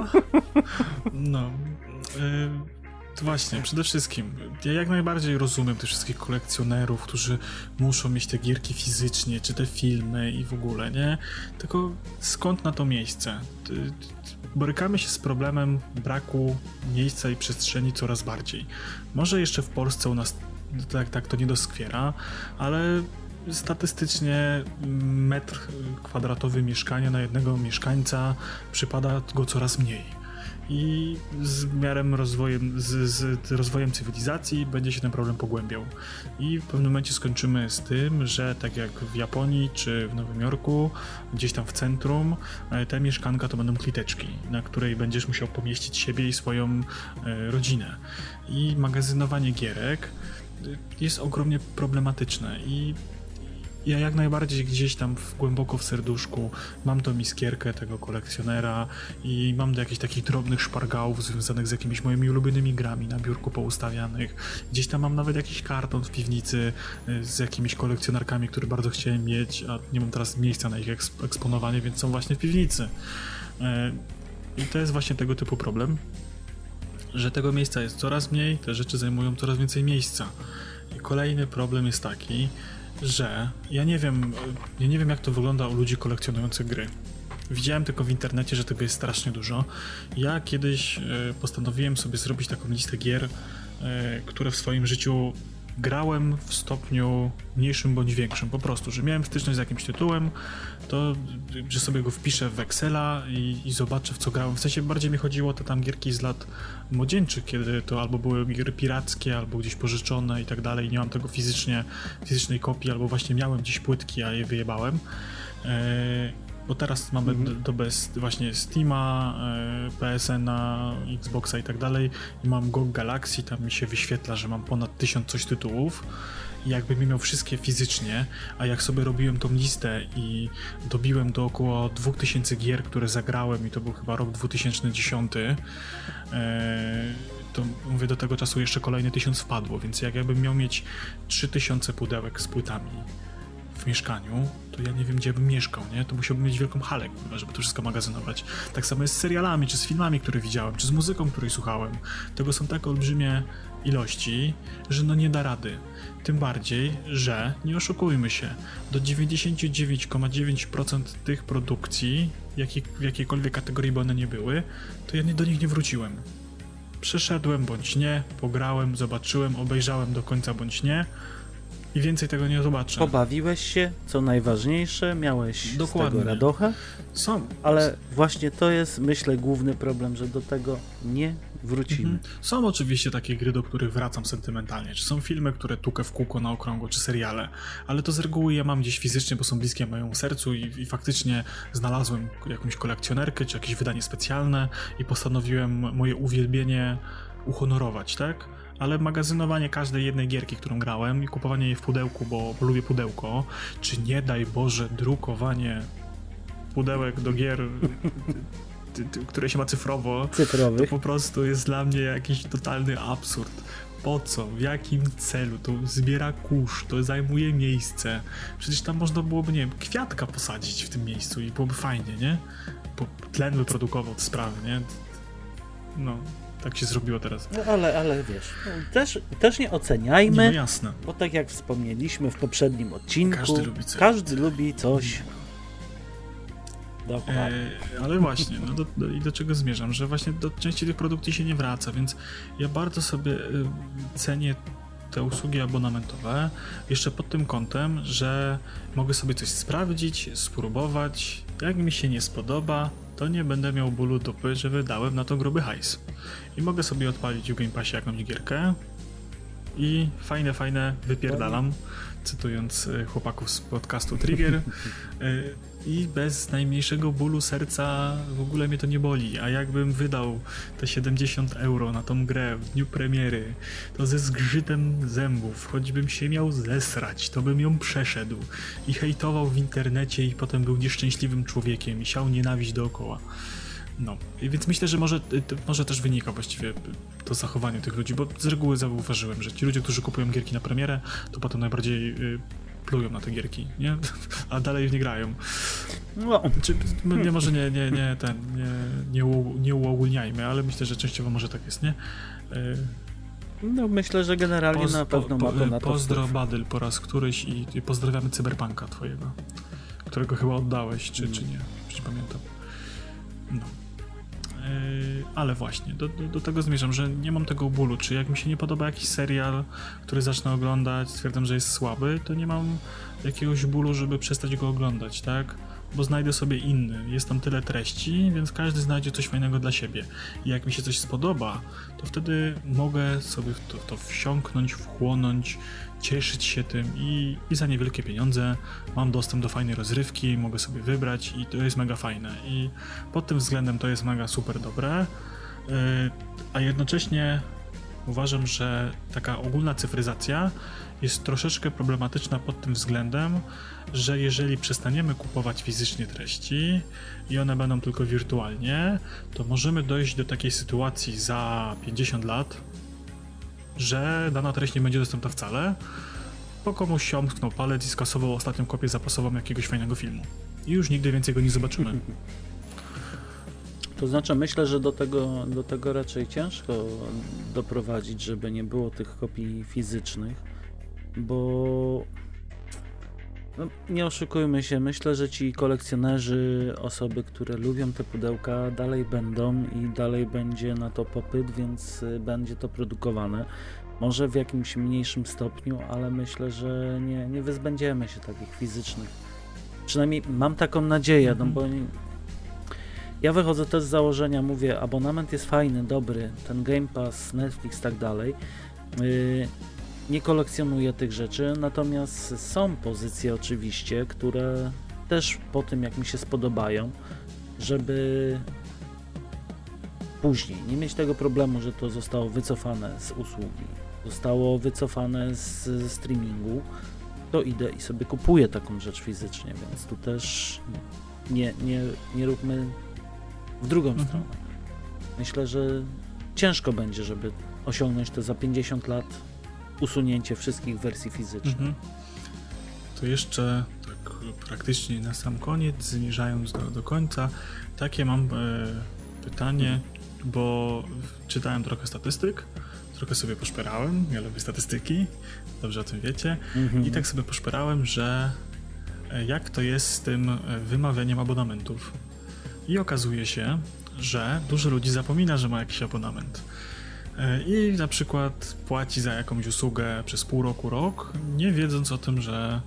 no y to właśnie, przede wszystkim, ja jak najbardziej rozumiem tych wszystkich kolekcjonerów, którzy muszą mieć te gierki fizycznie, czy te filmy i w ogóle, nie? Tylko skąd na to miejsce? Borykamy się z problemem braku miejsca i przestrzeni coraz bardziej. Może jeszcze w Polsce u nas tak, tak to nie doskwiera, ale statystycznie metr kwadratowy mieszkania na jednego mieszkańca przypada go coraz mniej. i z miarem rozwojem, z, z rozwojem cywilizacji będzie się ten problem pogłębiał. I w pewnym momencie skończymy z tym, że tak jak w Japonii czy w Nowym Jorku, gdzieś tam w centrum, te mieszkanka to będą kliteczki, na której będziesz musiał pomieścić siebie i swoją e, rodzinę. I magazynowanie gierek jest ogromnie problematyczne i ja jak najbardziej gdzieś tam w, głęboko w serduszku mam tą iskierkę tego kolekcjonera i mam do jakichś takich drobnych szpargałów związanych z jakimiś moimi ulubionymi grami na biurku poustawianych. Gdzieś tam mam nawet jakiś karton w piwnicy z jakimiś kolekcjonerkami, które bardzo chciałem mieć, a nie mam teraz miejsca na ich eksp- eksponowanie, więc są właśnie w piwnicy. I to jest właśnie tego typu problem, że tego miejsca jest coraz mniej, te rzeczy zajmują coraz więcej miejsca. I kolejny problem jest taki, że ja nie wiem, ja nie wiem jak to wygląda u ludzi kolekcjonujących gry. Widziałem tylko w internecie, że tego jest strasznie dużo. Ja kiedyś postanowiłem sobie zrobić taką listę gier, które w swoim życiu grałem w stopniu mniejszym bądź większym, po prostu, że miałem styczność z jakimś tytułem, to że sobie go wpiszę w Excela i, i zobaczę, w co grałem. W sensie bardziej mi chodziło o te tam gierki z lat młodzieńczych, kiedy to albo były gry pirackie, albo gdzieś pożyczone i tak dalej, nie mam tego fizycznie, fizycznej kopii, albo właśnie miałem gdzieś płytki, a je wyjebałem. Eee, bo teraz mamy mm-hmm. do, do bez właśnie Steama, e, P S N-a, Xboxa i tak dalej i mam G O G Galaxy, tam mi się wyświetla, że mam ponad tysiąc coś tytułów i jakbym je miał wszystkie fizycznie, a jak sobie robiłem tą listę i dobiłem do około dwa tysiące gier, które zagrałem i to był chyba rok dwa tysiące dziesiąty, e, to mówię, do tego czasu jeszcze kolejny tysiąc wpadło, więc jak jakbym miał mieć trzy tysiące pudełek z płytami w mieszkaniu, to ja nie wiem, gdzie bym mieszkał, nie? To musiałbym mieć wielką halę, żeby to wszystko magazynować. Tak samo jest z serialami, czy z filmami, które widziałem, czy z muzyką, której słuchałem. Tego są tak olbrzymie ilości, że no nie da rady. Tym bardziej, że, nie oszukujmy się, do dziewięćdziesiąt dziewięć przecinek dziewięć procent tych produkcji, jakiej, w jakiejkolwiek kategorii by one nie były, to ja nie, do nich nie wróciłem. Przeszedłem bądź nie, pograłem, zobaczyłem, obejrzałem do końca bądź nie, i więcej tego nie zobaczę. Pobawiłeś się, co najważniejsze, miałeś Dokładnie. z tego radochę, Są. ale właśnie to jest, myślę, główny problem, że do tego nie wrócimy. Mhm. Są oczywiście takie gry, do których wracam sentymentalnie, czy są filmy, które tukę w kółko na okrągło, czy seriale, ale to z reguły ja mam gdzieś fizycznie, bo są bliskie mojemu sercu i, i faktycznie znalazłem jakąś kolekcjonerkę, czy jakieś wydanie specjalne i postanowiłem moje uwielbienie uhonorować, tak? Ale magazynowanie każdej jednej gierki, którą grałem i kupowanie jej w pudełku, bo, bo lubię pudełko, czy nie daj Boże drukowanie pudełek do gier, ty, ty, które się ma cyfrowo, Cyfrowych. To po prostu jest dla mnie jakiś totalny absurd. Po co? W jakim celu? To zbiera kurz, to zajmuje miejsce. Przecież tam można byłoby, nie wiem, kwiatka posadzić w tym miejscu i byłoby fajnie, nie? Bo tlen wyprodukował te sprawy, nie? No... Tak się zrobiło teraz. No ale, ale wiesz, też, też nie oceniajmy, nie, no jasne. Bo tak jak wspomnieliśmy w poprzednim odcinku, każdy lubi coś. Każdy lubi coś. Dokładnie. E, ale właśnie, no do, do, i do czego zmierzam, że właśnie do części tych produktów się nie wraca, więc ja bardzo sobie y, cenię te usługi abonamentowe jeszcze pod tym kątem, że mogę sobie coś sprawdzić, spróbować, jak mi się nie spodoba, to nie będę miał bólu dupy, że wydałem na to gruby hajs. I mogę sobie odpalić w Game Passie jakąś gierkę i fajne, fajne wypierdalam, cytując chłopaków z podcastu Trigger, i bez najmniejszego bólu serca w ogóle mnie to nie boli, a jakbym wydał te siedemdziesiąt euro na tą grę w dniu premiery, to ze zgrzytem zębów, choćbym się miał zesrać, to bym ją przeszedł i hejtował w internecie i potem był nieszczęśliwym człowiekiem i siał nienawiść dookoła. No, i więc myślę, że może, może też wynika właściwie to zachowanie tych ludzi, bo z reguły zauważyłem, że ci ludzie, którzy kupują gierki na premierę, to potem najbardziej y, plują na te gierki, nie? A dalej w nie grają. No. Czy, nie, może nie, nie, nie, ten, nie, nie, u, nie uogólniajmy, ale myślę, że częściowo może tak jest, nie? Y, no myślę, że generalnie Poz, na pewno po, ma to na to Pozdro wpływ. Badyl po raz któryś i, i pozdrawiamy Cyberpunka twojego, którego chyba oddałeś, czy, mm. czy nie, czy pamiętam. No. Ale właśnie, do, do, do tego zmierzam, że nie mam tego bólu, czy jak mi się nie podoba jakiś serial, który zacznę oglądać, stwierdzam, że jest słaby, to nie mam jakiegoś bólu, żeby przestać go oglądać, tak? bo znajdę sobie inny. Jest tam tyle treści, więc każdy znajdzie coś fajnego dla siebie. I jak mi się coś spodoba, to wtedy mogę sobie to, to wsiąknąć, wchłonąć, cieszyć się tym i, i za niewielkie pieniądze mam dostęp do fajnej rozrywki, mogę sobie wybrać i to jest mega fajne. I pod tym względem to jest mega super dobre, yy, a jednocześnie uważam, że taka ogólna cyfryzacja jest troszeczkę problematyczna pod tym względem, że jeżeli przestaniemy kupować fizycznie treści i one będą tylko wirtualnie, to możemy dojść do takiej sytuacji za pięćdziesiąt lat, że dana treść nie będzie dostępna wcale, bo komuś się omknął palec i skasował ostatnią kopię zapasową jakiegoś fajnego filmu. I już nigdy więcej go nie zobaczymy. To znaczy, myślę, że do tego, do tego raczej ciężko doprowadzić, żeby nie było tych kopii fizycznych, bo no, nie oszukujmy się, myślę, że ci kolekcjonerzy, osoby, które lubią te pudełka, dalej będą i dalej będzie na to popyt, więc będzie to produkowane. Może w jakimś mniejszym stopniu, ale myślę, że nie, nie wyzbędziemy się takich fizycznych. Przynajmniej mam taką nadzieję, mm-hmm. no bo nie, ja wychodzę też z założenia, mówię, abonament jest fajny, dobry, ten Game Pass, Netflix, tak dalej. Yy, nie kolekcjonuję tych rzeczy, natomiast są pozycje oczywiście, które też po tym, jak mi się spodobają, żeby później nie mieć tego problemu, że to zostało wycofane z usługi, zostało wycofane z, z streamingu, to idę i sobie kupuję taką rzecz fizycznie, więc tu też nie, nie, nie róbmy w drugą mhm. stronę. Myślę, że ciężko będzie, żeby osiągnąć to za pięćdziesiąt lat usunięcie wszystkich wersji fizycznych. Mhm. To jeszcze tak praktycznie na sam koniec, zmierzając do, do końca, takie mam e, pytanie, mhm. bo czytałem trochę statystyk, trochę sobie poszperałem, ja lubię statystyki, dobrze o tym wiecie, mhm. i tak sobie poszperałem, że jak to jest z tym wymawianiem abonamentów. I okazuje się, że dużo ludzi zapomina, że ma jakiś abonament. I na przykład płaci za jakąś usługę przez pół roku, rok, nie wiedząc o tym, że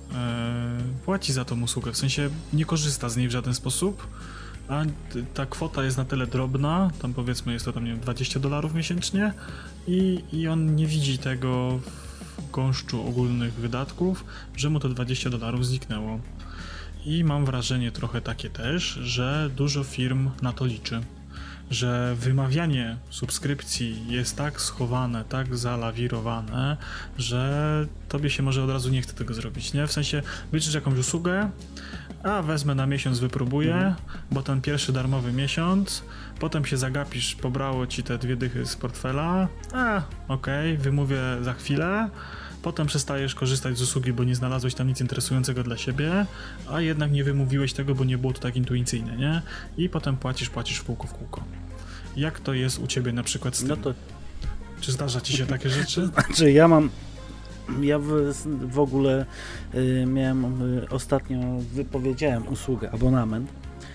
płaci za tą usługę, w sensie nie korzysta z niej w żaden sposób, a ta kwota jest na tyle drobna, tam powiedzmy jest to tam nie wiem, dwadzieścia dolarów miesięcznie i, i on nie widzi tego w gąszczu ogólnych wydatków, że mu to dwadzieścia dolarów zniknęło. I mam wrażenie trochę takie też, że dużo firm na to liczy, że wymawianie subskrypcji jest tak schowane, tak zalawirowane, że tobie się może od razu nie chce tego zrobić, nie? W sensie wyczysz jakąś usługę, a wezmę na miesiąc, wypróbuję, mhm. bo ten pierwszy darmowy miesiąc, potem się zagapisz, pobrało ci te dwie dychy z portfela, a okej, okay, wymówię za chwilę, potem przestajesz korzystać z usługi, bo nie znalazłeś tam nic interesującego dla siebie, a jednak nie wymówiłeś tego, bo nie było to tak intuicyjne, nie? I potem płacisz, płacisz w kółko w kółko. Jak to jest u ciebie na przykład z tym? No to... Czy zdarza ci się takie rzeczy? Znaczy ja mam... Ja w, w ogóle y, miałem, y, ostatnio wypowiedziałem usługę, abonament,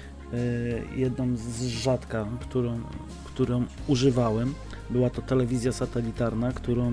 y, jedną z rzadka, którą, którą używałem, była to telewizja satelitarna, którą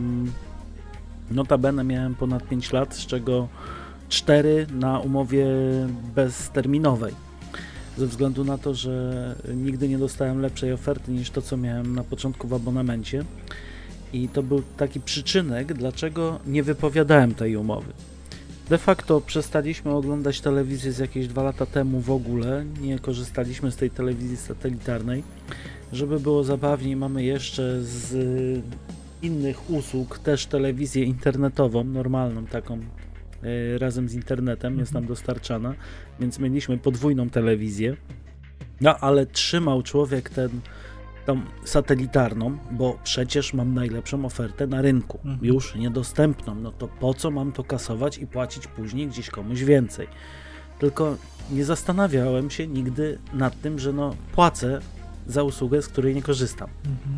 notabene miałem ponad pięć lat, z czego cztery na umowie bezterminowej, ze względu na to, że nigdy nie dostałem lepszej oferty niż to, co miałem na początku w abonamencie. I to był taki przyczynek, dlaczego nie wypowiadałem tej umowy. De facto przestaliśmy oglądać telewizję z jakieś dwa lata temu w ogóle, nie korzystaliśmy z tej telewizji satelitarnej. Żeby było zabawniej, mamy jeszcze z innych usług też telewizję internetową, normalną taką, yy, razem z internetem, jest nam dostarczana, więc mieliśmy podwójną telewizję. No ale trzymał człowiek ten tą satelitarną, bo przecież mam najlepszą ofertę na rynku, mhm. już niedostępną, no to po co mam to kasować i płacić później gdzieś komuś więcej? Tylko nie zastanawiałem się nigdy nad tym, że no płacę za usługę, z której nie korzystam. Mhm.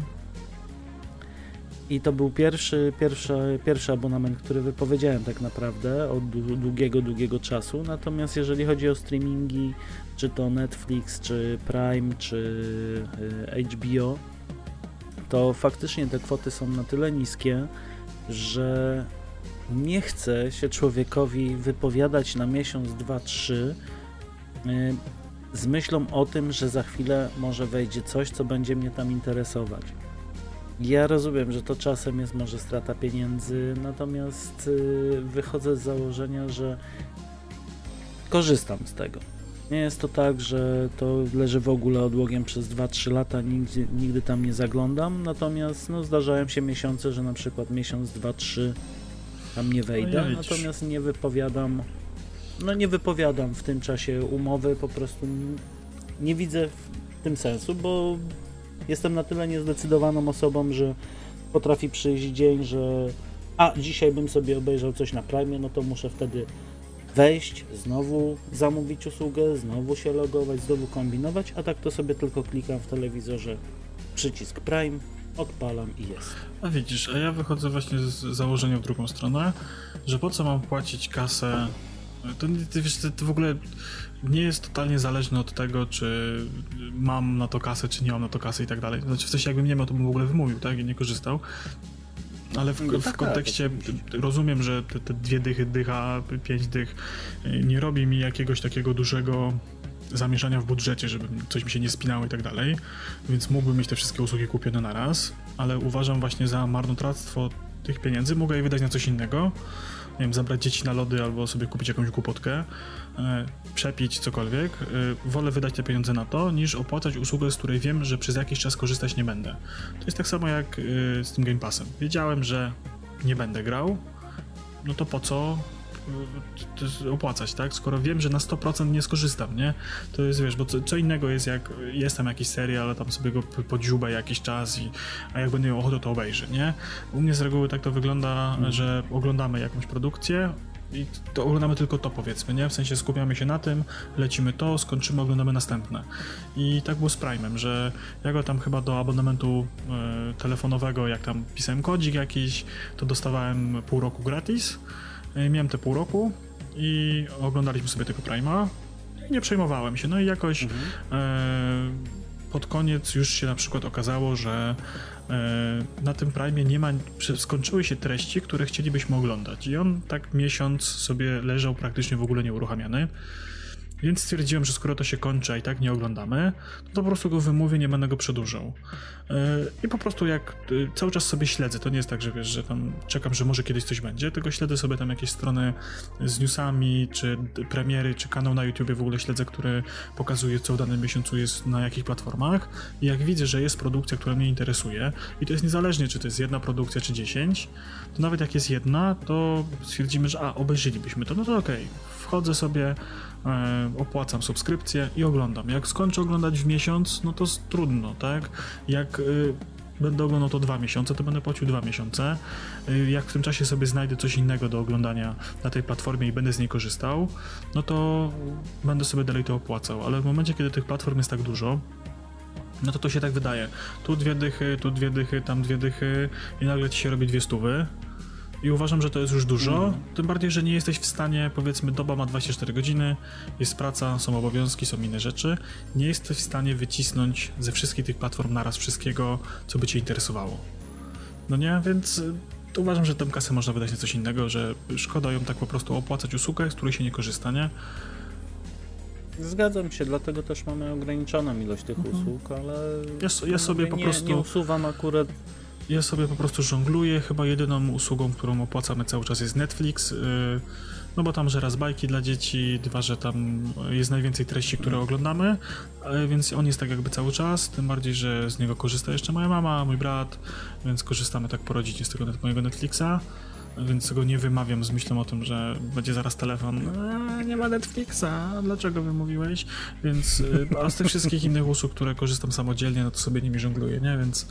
I to był pierwszy, pierwszy, pierwszy abonament, który wypowiedziałem tak naprawdę od długiego, długiego czasu. Natomiast jeżeli chodzi o streamingi, czy to Netflix, czy Prime, czy H B O, to faktycznie te kwoty są na tyle niskie, że nie chce się człowiekowi wypowiadać na miesiąc, dwa, trzy yy, z myślą o tym, że za chwilę może wejdzie coś, co będzie mnie tam interesować. Ja rozumiem, że to czasem jest może strata pieniędzy, natomiast yy, wychodzę z założenia, że korzystam z tego. Nie jest to tak, że to leży w ogóle odłogiem przez dwa trzy lata, nigdy, nigdy tam nie zaglądam, natomiast no, zdarzają się miesiące, że na przykład miesiąc, dwa, trzy tam nie wejdę, no ja natomiast nie wypowiadam, no nie wypowiadam w tym czasie umowy, po prostu nie widzę w tym sensu, bo jestem na tyle niezdecydowaną osobą, że potrafi przyjść dzień, że a dzisiaj bym sobie obejrzał coś na Prime, no to muszę wtedy wejść, znowu zamówić usługę, znowu się logować, znowu kombinować, a tak to sobie tylko klikam w telewizorze, przycisk Prime, odpalam i jest. A widzisz, a ja wychodzę właśnie z założenia w drugą stronę, że po co mam płacić kasę, to, to, wiesz, to, to w ogóle nie jest totalnie zależne od tego, czy mam na to kasę, czy nie mam na to kasy i tak dalej. Znaczy w sensie jakbym nie miał, to bym w ogóle wymówił, tak, i nie korzystał. Ale w, no w tak, kontekście tak, rozumiem, że te, te dwie dychy, dycha, pięć dych nie robi mi jakiegoś takiego dużego zamieszania w budżecie, żeby coś mi się nie spinało i tak dalej, więc mógłbym mieć te wszystkie usługi kupione na raz, ale uważam właśnie za marnotrawstwo tych pieniędzy, mogę je wydać na coś innego, nie wiem, zabrać dzieci na lody albo sobie kupić jakąś głupotkę, e, przepić cokolwiek, e, wolę wydać te pieniądze na to, niż opłacać usługę, z której wiem, że przez jakiś czas korzystać nie będę. To jest tak samo jak e, z tym Game Passem. Wiedziałem, że nie będę grał, no to po co e, opłacać, tak? Skoro wiem, że na sto procent nie skorzystam, nie? To jest, wiesz, bo co, co innego jest, jak jest tam jakiś serial, ale tam sobie go podziubę jakiś czas, i, a jak będę miał ochotę, to obejrzę, nie? U mnie z reguły tak to wygląda, mm. że oglądamy jakąś produkcję i to oglądamy tylko to, powiedzmy, nie? W sensie skupiamy się na tym, lecimy to, skończymy, oglądamy następne. I tak było z Prime'em, że ja go tam chyba do abonamentu e, telefonowego, jak tam pisałem kodzik jakiś, to dostawałem pół roku gratis. E, miałem te pół roku i oglądaliśmy sobie tego Prime'a i nie przejmowałem się. No i jakoś mhm. e, pod koniec już się na przykład okazało, że na tym Prime'ie nie ma, skończyły się treści, które chcielibyśmy oglądać i on tak miesiąc sobie leżał praktycznie w ogóle nieuruchamiany, więc stwierdziłem, że skoro to się kończy, a i tak nie oglądamy, to po prostu go wymówię, nie będę go przedłużał. I po prostu jak cały czas sobie śledzę, to nie jest tak, że wiesz, że tam czekam, że może kiedyś coś będzie, tylko śledzę sobie tam jakieś strony z newsami, czy premiery, czy kanał na YouTubie w ogóle śledzę, który pokazuje, co w danym miesiącu jest na jakich platformach, i jak widzę, że jest produkcja, która mnie interesuje, i to jest niezależnie, czy to jest jedna produkcja, czy dziesięć, to nawet jak jest jedna, to stwierdzimy, że a, obejrzelibyśmy to, no to okej, okay. Wchodzę sobie, e, opłacam subskrypcję i oglądam. Jak skończę oglądać w miesiąc, no to trudno, tak? Jak y, będę oglądał to dwa miesiące, to będę płacił dwa miesiące. Y, jak w tym czasie sobie znajdę coś innego do oglądania na tej platformie i będę z niej korzystał, no to będę sobie dalej to opłacał. Ale w momencie, kiedy tych platform jest tak dużo, no to to się tak wydaje. Tu dwie dychy, tu dwie dychy, tam dwie dychy i nagle ci się robi dwie stówy. I uważam, że to jest już dużo, mm. tym bardziej, że nie jesteś w stanie, powiedzmy, doba ma dwadzieścia cztery godziny, jest praca, są obowiązki, są inne rzeczy, nie jesteś w stanie wycisnąć ze wszystkich tych platform naraz wszystkiego, co by cię interesowało. No nie, więc to uważam, że tę kasę można wydać na coś innego, że szkoda ją tak po prostu opłacać usługę, z której się nie korzysta, nie? Zgadzam się, dlatego też mamy ograniczoną ilość tych mm. usług, ale ja, ja sobie po nie, prostu nie usuwam akurat. Ja sobie po prostu żongluję, chyba jedyną usługą, którą opłacamy cały czas jest Netflix, no bo tam, że raz bajki dla dzieci, dwa, że tam jest najwięcej treści, które oglądamy, więc on jest tak jakby cały czas, tym bardziej, że z niego korzysta jeszcze moja mama, mój brat, więc korzystamy tak po rodzinie z tego mojego Netflixa, więc go nie wymawiam z myślą o tym, że będzie zaraz telefon, eee, nie ma Netflixa, dlaczego wymówiłeś? Więc, a z tych wszystkich innych usług, które korzystam samodzielnie, no to sobie nimi żongluję, nie? Więc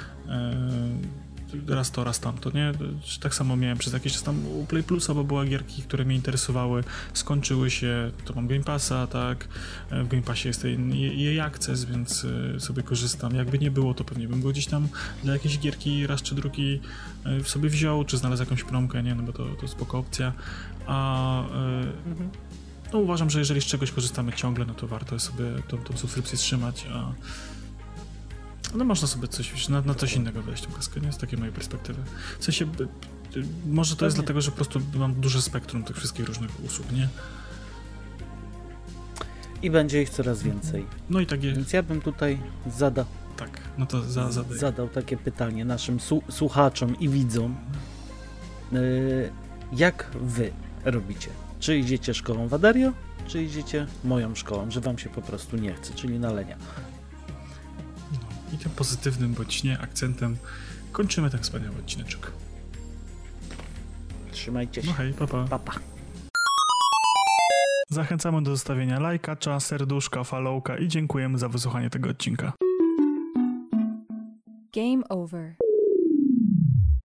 raz to, raz tamto, nie? Tak samo miałem przez jakiś czas tam u Play Plusa, bo były gierki, które mnie interesowały, skończyły się, to mam Game Passa, tak? W Game Passie jest jej Access, więc sobie korzystam. Jakby nie było, to pewnie bym go gdzieś tam dla jakiejś gierki raz czy drugi sobie wziął, czy znalazł jakąś promkę, nie? No bo to, to spoko opcja. A mhm. no uważam, że jeżeli z czegoś korzystamy ciągle, no to warto sobie tą, tą subskrypcję trzymać, a no można sobie coś, na, na coś innego wejść tą kaskę, nie? Z takiej mojej perspektywy. W sensie, może to jest dlatego, że po prostu mam duże spektrum tych wszystkich różnych usług, nie? I będzie ich coraz więcej. No i takie... Więc ja bym tutaj zadał, Tak, no to za, zadaj. zadał takie pytanie naszym su- słuchaczom i widzom. Yy, jak wy robicie? Czy idziecie szkołą Wadario, czy idziecie moją szkołą, że wam się po prostu nie chce, czyli na lenia? No, i tym pozytywnym bądź nie akcentem kończymy ten wspaniały odcineczek. Trzymajcie się. No hej, pa pa. Pa, pa. Zachęcamy do zostawienia lajka, serduszka, followka i dziękujemy za wysłuchanie tego odcinka. Game over.